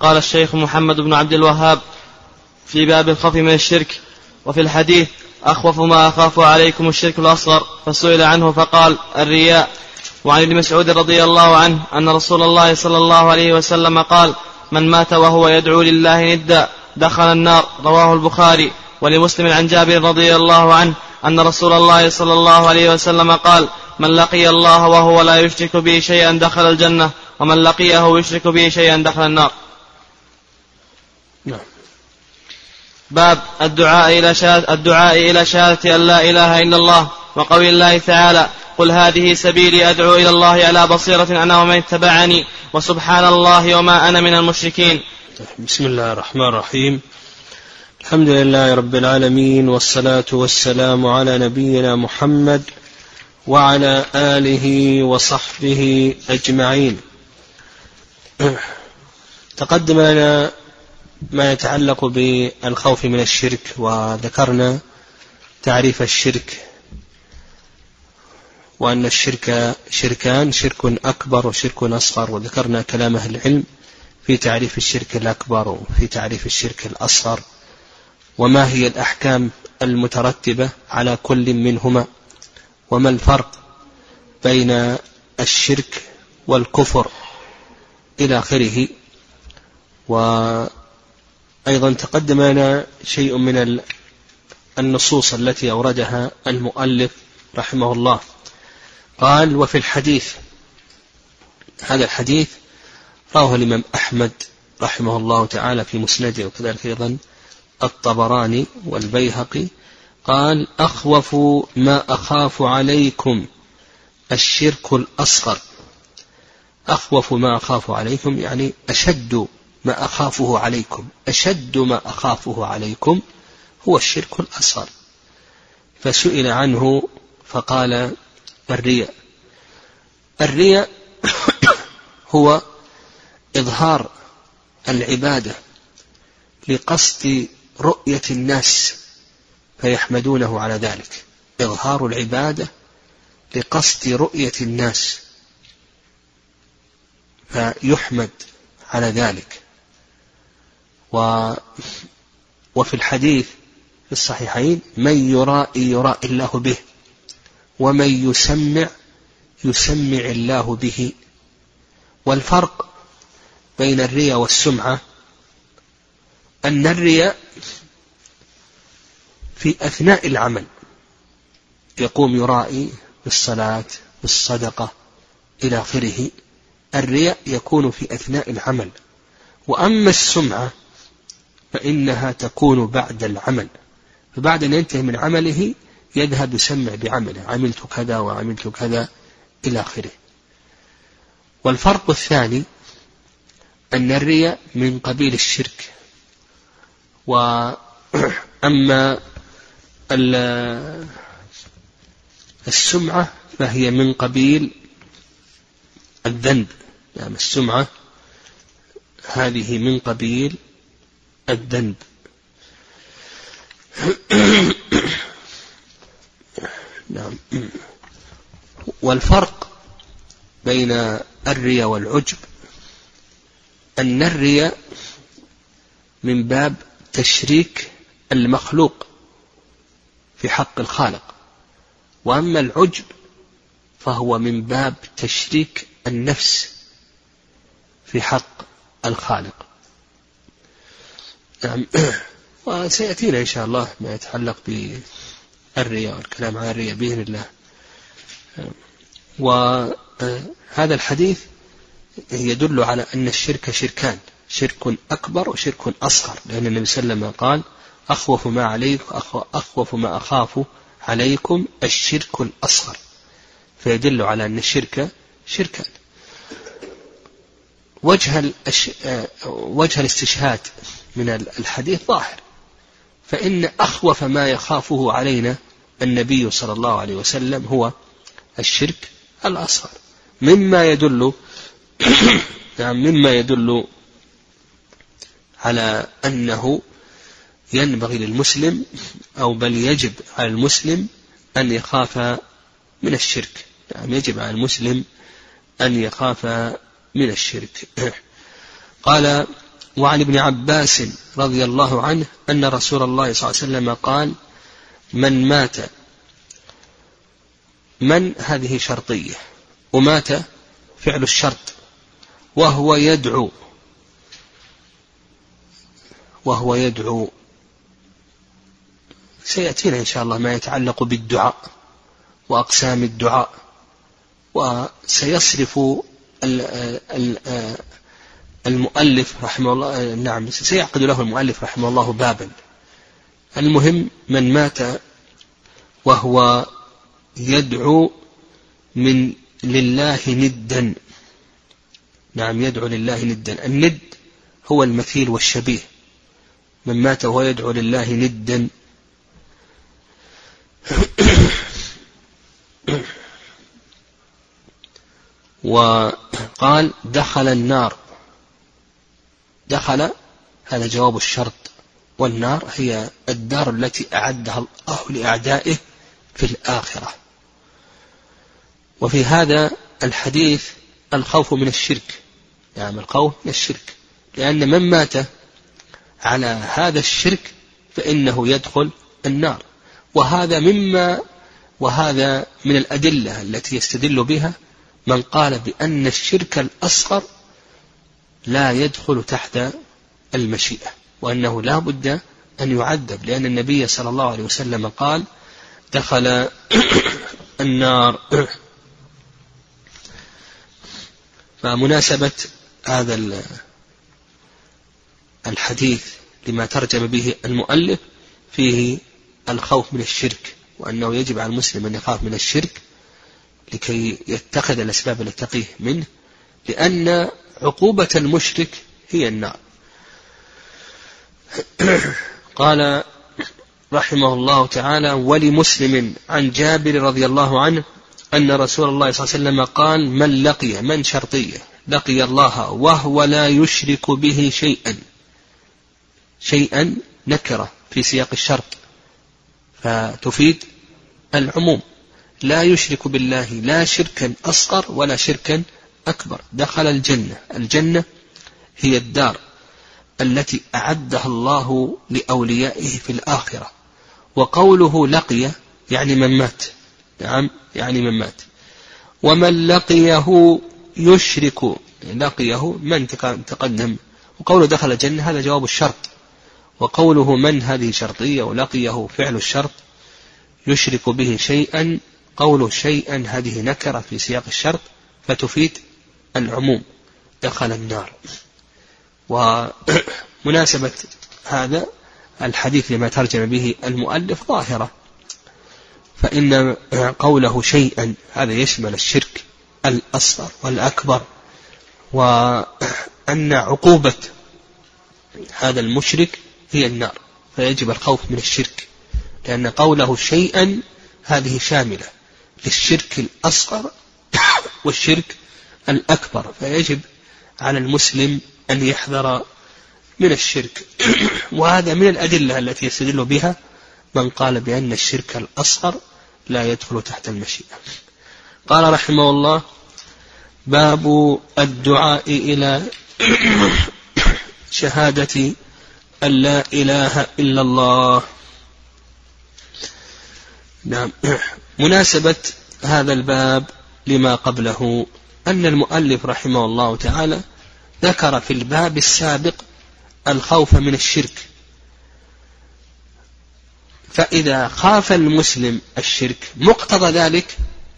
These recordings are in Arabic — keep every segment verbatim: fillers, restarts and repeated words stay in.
قال الشيخ محمد بن عبد الوهاب في باب الخوف من الشرك. وفي الحديث أخوف ما أخاف عليكم الشرك الأصغر، فسئل عنه فقال الرياء. وعن ابن مسعود رضي الله عنه أن رسول الله صلى الله عليه وسلم قال من مات وهو يدعو لله ندا دخل النار، رواه البخاري. ولمسلم عن جابر رضي الله عنه أن رسول الله صلى الله عليه وسلم قال من لقي الله وهو لا يشرك به شيئا دخل الجنة، ومن لقيه يشرك به شيئا دخل النار. نعم. باب الدعاء إلى شهادة, الدعاء إلى شهادة أن لا إله إلا الله، وقول الله تعالى قل هذه سبيلي أدعو إلى الله على بصيرة أنا ومن اتبعني وسبحان الله وما أنا من المشركين. بسم الله الرحمن الرحيم. الحمد لله رب العالمين، والصلاة والسلام على نبينا محمد وعلى آله وصحبه أجمعين. تقدم لنا ما يتعلق بالخوف من الشرك، وذكرنا تعريف الشرك، وأن الشرك شركان، شرك أكبر وشرك أصغر، وذكرنا كلام أهل العلم في تعريف الشرك الأكبر وفي تعريف الشرك الأصغر، وما هي الأحكام المترتبة على كل منهما، وما الفرق بين الشرك والكفر إلى آخره. وأيضا تقدم لنا شيء من النصوص التي أوردها المؤلف رحمه الله. قال وفي الحديث، هذا الحديث رواه الإمام أحمد رحمه الله تعالى في مسنده، وكذلك أيضا الطبراني والبيهقي. قال أخوف ما أخاف عليكم الشرك الأصغر. أخوف ما أخاف عليكم يعني أشد ما أخافه عليكم، أشد ما أخافه عليكم هو الشرك الأصغر. فسئل عنه فقال الرياء. الرياء هو إظهار العبادة لقصد رؤية الناس فيحمدونه على ذلك، إظهار العبادة لقصد رؤية الناس فيحمد على ذلك. و وفي الحديث في الصحيحين من يرائي يرائي الله به، ومن يسمع يسمع الله به. والفرق بين الرياء والسمعة أن الرياء في أثناء العمل، يقوم يرائي بالصلاة بالصدقة إلى آخره، الرياء يكون في أثناء العمل. وأما السمعة فإنها تكون بعد العمل، فبعد أن ينتهي من عمله يذهب يسمع بعمله، عملت كذا وعملت كذا إلى آخره. والفرق الثاني أن الرياء من قبيل الشرك، وأما السمعة فهي من قبيل الذنب. يعني السمعة هذه من قبيل الذنب. نعم. والفرق بين الرياء والعجب أن الرياء من باب تشريك المخلوق في حق الخالق، وأما العجب فهو من باب تشريك النفس في حق الخالق. نعم. وسيأتينا إن شاء الله ما يتعلق بالرياء والكلام عن الرياء بإذن الله. وهذا الحديث يدل على أن الشرك شركان، شرك أكبر وشرك أصغر، لأن النبي صلى الله عليه وسلم قال أخوف ما عليكم أخوف ما أخاف عليكم الشرك الأصغر، فيدل على أن الشرك شركان. وجه وجه الاستشهاد من الحديث ظاهر، فإن أخوف ما يخافه علينا النبي صلى الله عليه وسلم هو الشرك الأصغر، مما يدل مما يدل على أنه ينبغي للمسلم أو بل يجب على المسلم أن يخاف من الشرك. يعني يجب على المسلم أن يخاف من الشرك. قال وعن ابن عباس رضي الله عنه أن رسول الله صلى الله عليه وسلم قال من مات، من هذه شرطية، ومات فعل الشرط، وهو يدعو وهو يدعو سيأتينا إن شاء الله ما يتعلق بالدعاء وأقسام الدعاء، وسيصرف المؤلف رحمه الله، نعم سيعقد له المؤلف رحمه الله بابا. المهم من مات وهو يدعو من لله ندا، نعم يدعو لله ندا، الند هو المثيل والشبيه، من مات وهو يدعو لله ندا وقال دخل النار، دخل هذا جواب الشرط، والنار هي الدار التي أعدها الله لأعدائه في الآخرة. وفي هذا الحديث الخوف من الشرك، يعني الخوف من الشرك، لأن من مات على هذا الشرك فإنه يدخل النار، وهذا مما وهذا من الأدلة التي يستدل بها من قال بأن الشرك الأصغر لا يدخل تحت المشيئة، وأنه لا بد أن يعذب، لأن النبي صلى الله عليه وسلم قال دخل النار. فمناسبة هذا الحديث لما ترجم به المؤلف فيه الخوف من الشرك، وأنه يجب على المسلم أن يخاف من الشرك لكي يتخذ الأسباب التي تقيه منه، لأن عقوبة المشرك هي النار. قال رحمه الله تعالى ولمسلم عن جابر رضي الله عنه أن رسول الله صلى الله عليه وسلم قال من لقي، من شرطية، لقي الله وهو لا يشرك به شيئا، شيئا نكرة في سياق الشرط فتفيد العموم، لا يشرك بالله لا شركا أصغر ولا شركا أكبر، دخل الجنة. الجنة هي الدار التي أعدها الله لأوليائه في الآخرة. وقوله لقي يعني من مات، نعم يعني من مات. ومن لقيه يشرك، لقيه من تقدم، وقوله دخل الجنة هذا جواب الشرط، وقوله من هذه شرطية، ولقيه فعل الشرط، يشرك به شيئا، قوله شيئا هذه نكرة في سياق الشرط فتفيد العموم، دخل النار. ومناسبة هذا الحديث لما ترجم به المؤلف ظاهرة، فإن قوله شيئا هذا يشمل الشرك الأصغر والأكبر، وأن عقوبة هذا المشرك هي النار، فيجب الخوف من الشرك، لأن قوله شيئا هذه شاملة للشرك الأصغر والشرك الأكبر، فيجب على المسلم أن يحذر من الشرك. وهذا من الأدلة التي يستدل بها من قال بأن الشرك الأصغر لا يدخل تحت المشيئة. قال رحمه الله باب الدعاء إلى شهادة أن لا إله إلا الله. نعم. مناسبة هذا الباب لما قبله أن المؤلف رحمه الله تعالى ذكر في الباب السابق الخوف من الشرك، فإذا خاف المسلم الشرك مقتضى ذلك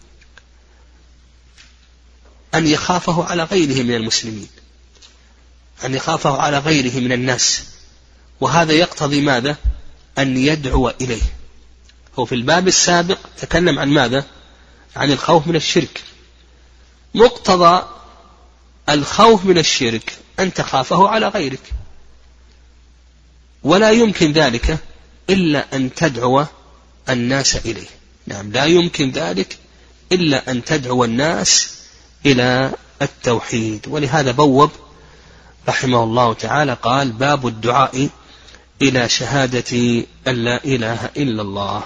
أن يخافه على غيره من المسلمين، أن يخافه على غيره من الناس، وهذا يقتضي ماذا؟ أن يدعو إليه. هو في الباب السابق تكلم عن ماذا؟ عن الخوف من الشرك. مقتضى الخوف من الشرك أن تخافه على غيرك، ولا يمكن ذلك إلا أن تدعو الناس إليه. نعم لا يمكن ذلك إلا أن تدعو الناس إلى التوحيد. ولهذا بوب رحمه الله تعالى قال باب الدعاء إلى شهادة أن لا إله إلا الله.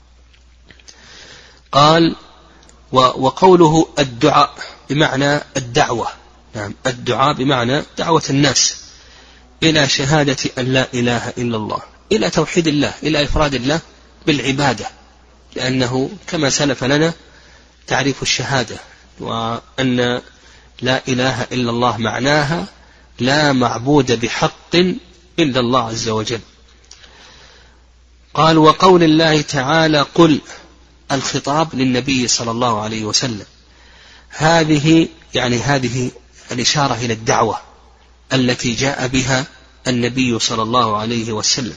قال وقوله الدعاء بمعنى الدعوة، نعم الدعاء بمعنى دعوة الناس إلى شهادة أن لا إله إلا الله، إلى توحيد الله، إلى إفراد الله بالعبادة، لأنه كما سلف لنا تعريف الشهادة، وأن لا إله إلا الله معناها لا معبود بحق إلا الله عز وجل. قال: وقول الله تعالى: قل، الخطاب للنبي صلى الله عليه وسلم. هذه يعني هذه الإشارة إلى الدعوة التي جاء بها النبي صلى الله عليه وسلم.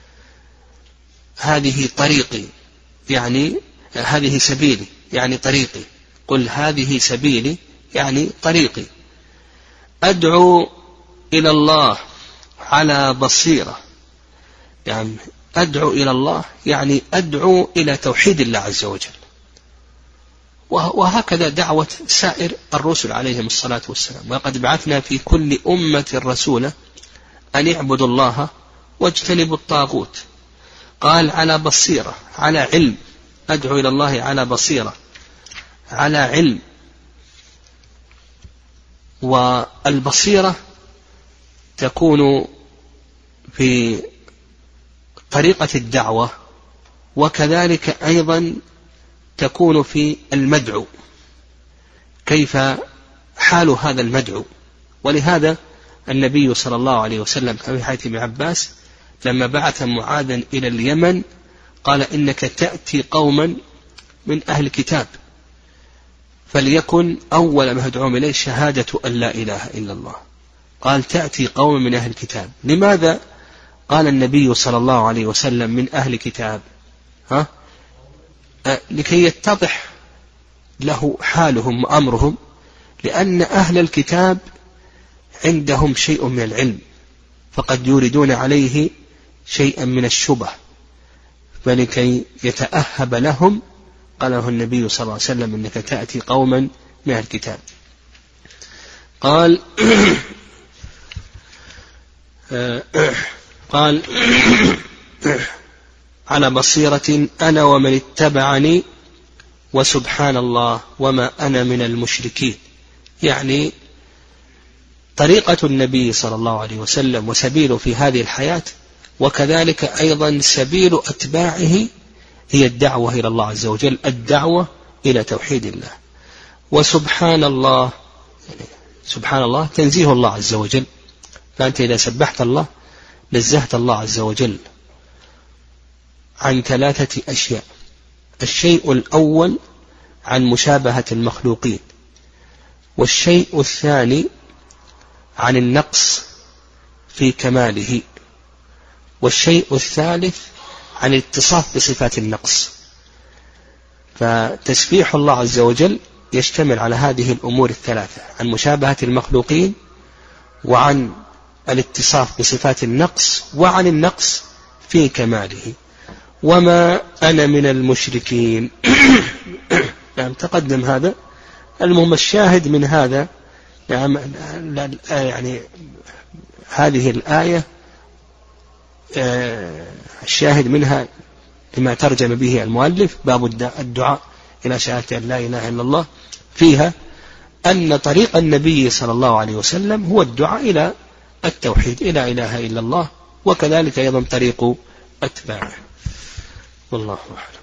هذه طريقي، يعني هذه سبيلي، يعني طريقي. قل هذه سبيلي يعني طريقي، أدعو إلى الله على بصيرة، يعني أدعو إلى الله يعني أدعو إلى توحيد الله عز وجل. وهكذا دعوة سائر الرسل عليهم الصلاة والسلام. وقد بعثنا في كل أمة رسولا أن يعبدوا الله واجتنبوا الطاغوت. قال: على بصيرة، على علم، أدعو إلى الله على بصيرة، على علم. والبصيرة تكون في طريقة الدعوة، وكذلك أيضا تكون في المدعو، كيف حال هذا المدعو. ولهذا النبي صلى الله عليه وسلم في حديث ابن عباس لما بعث معاذا إلى اليمن قال: إنك تأتي قوما من أهل الكتاب، فليكن أول ما يدعوهم إليه شهادة أن لا إله إلا الله. قال: تأتي قوما من أهل الكتاب. لماذا قال النبي صلى الله عليه وسلم من أهل الكتاب؟ ها؟ أه لكي يتضح له حالهم وأمرهم، لأن أهل الكتاب عندهم شيء من العلم، فقد يوردون عليه شيئا من الشبه، فلكي يتأهب لهم قال له النبي صلى الله عليه وسلم: إنك تأتي قوما من أهل الكتاب. قال قال على بصيرة أنا ومن اتبعني وسبحان الله وما أنا من المشركين. يعني طريقة النبي صلى الله عليه وسلم وسبيله في هذه الحياة، وكذلك أيضا سبيل أتباعه هي الدعوة إلى الله عز وجل، الدعوة إلى توحيد الله. وسبحان الله، سبحان الله تنزيه الله عز وجل، فأنت إذا سبحت الله نزهت الله عز وجل عن ثلاثة أشياء. الشيء الأول عن مشابهة المخلوقين، والشيء الثاني عن النقص في كماله، والشيء الثالث عن الاتصاف بصفات النقص. فتسبيح الله عز وجل يشتمل على هذه الأمور الثلاثة: عن مشابهة المخلوقين، وعن الاتصاف بصفات النقص، وعن النقص في كماله. وما أنا من المشركين. نعم تقدم هذا. المهم الشاهد من هذا، نعم يعني هذه الآية الشاهد منها لما ترجم به المؤلف باب الدعاء إلى شهادة أن لا إله إلا الله، فيها أن طريق النبي صلى الله عليه وسلم هو الدعاء إلى التوحيد، إلى إله إلا الله، وكذلك أيضا طريق أتباعه. والله أعلم.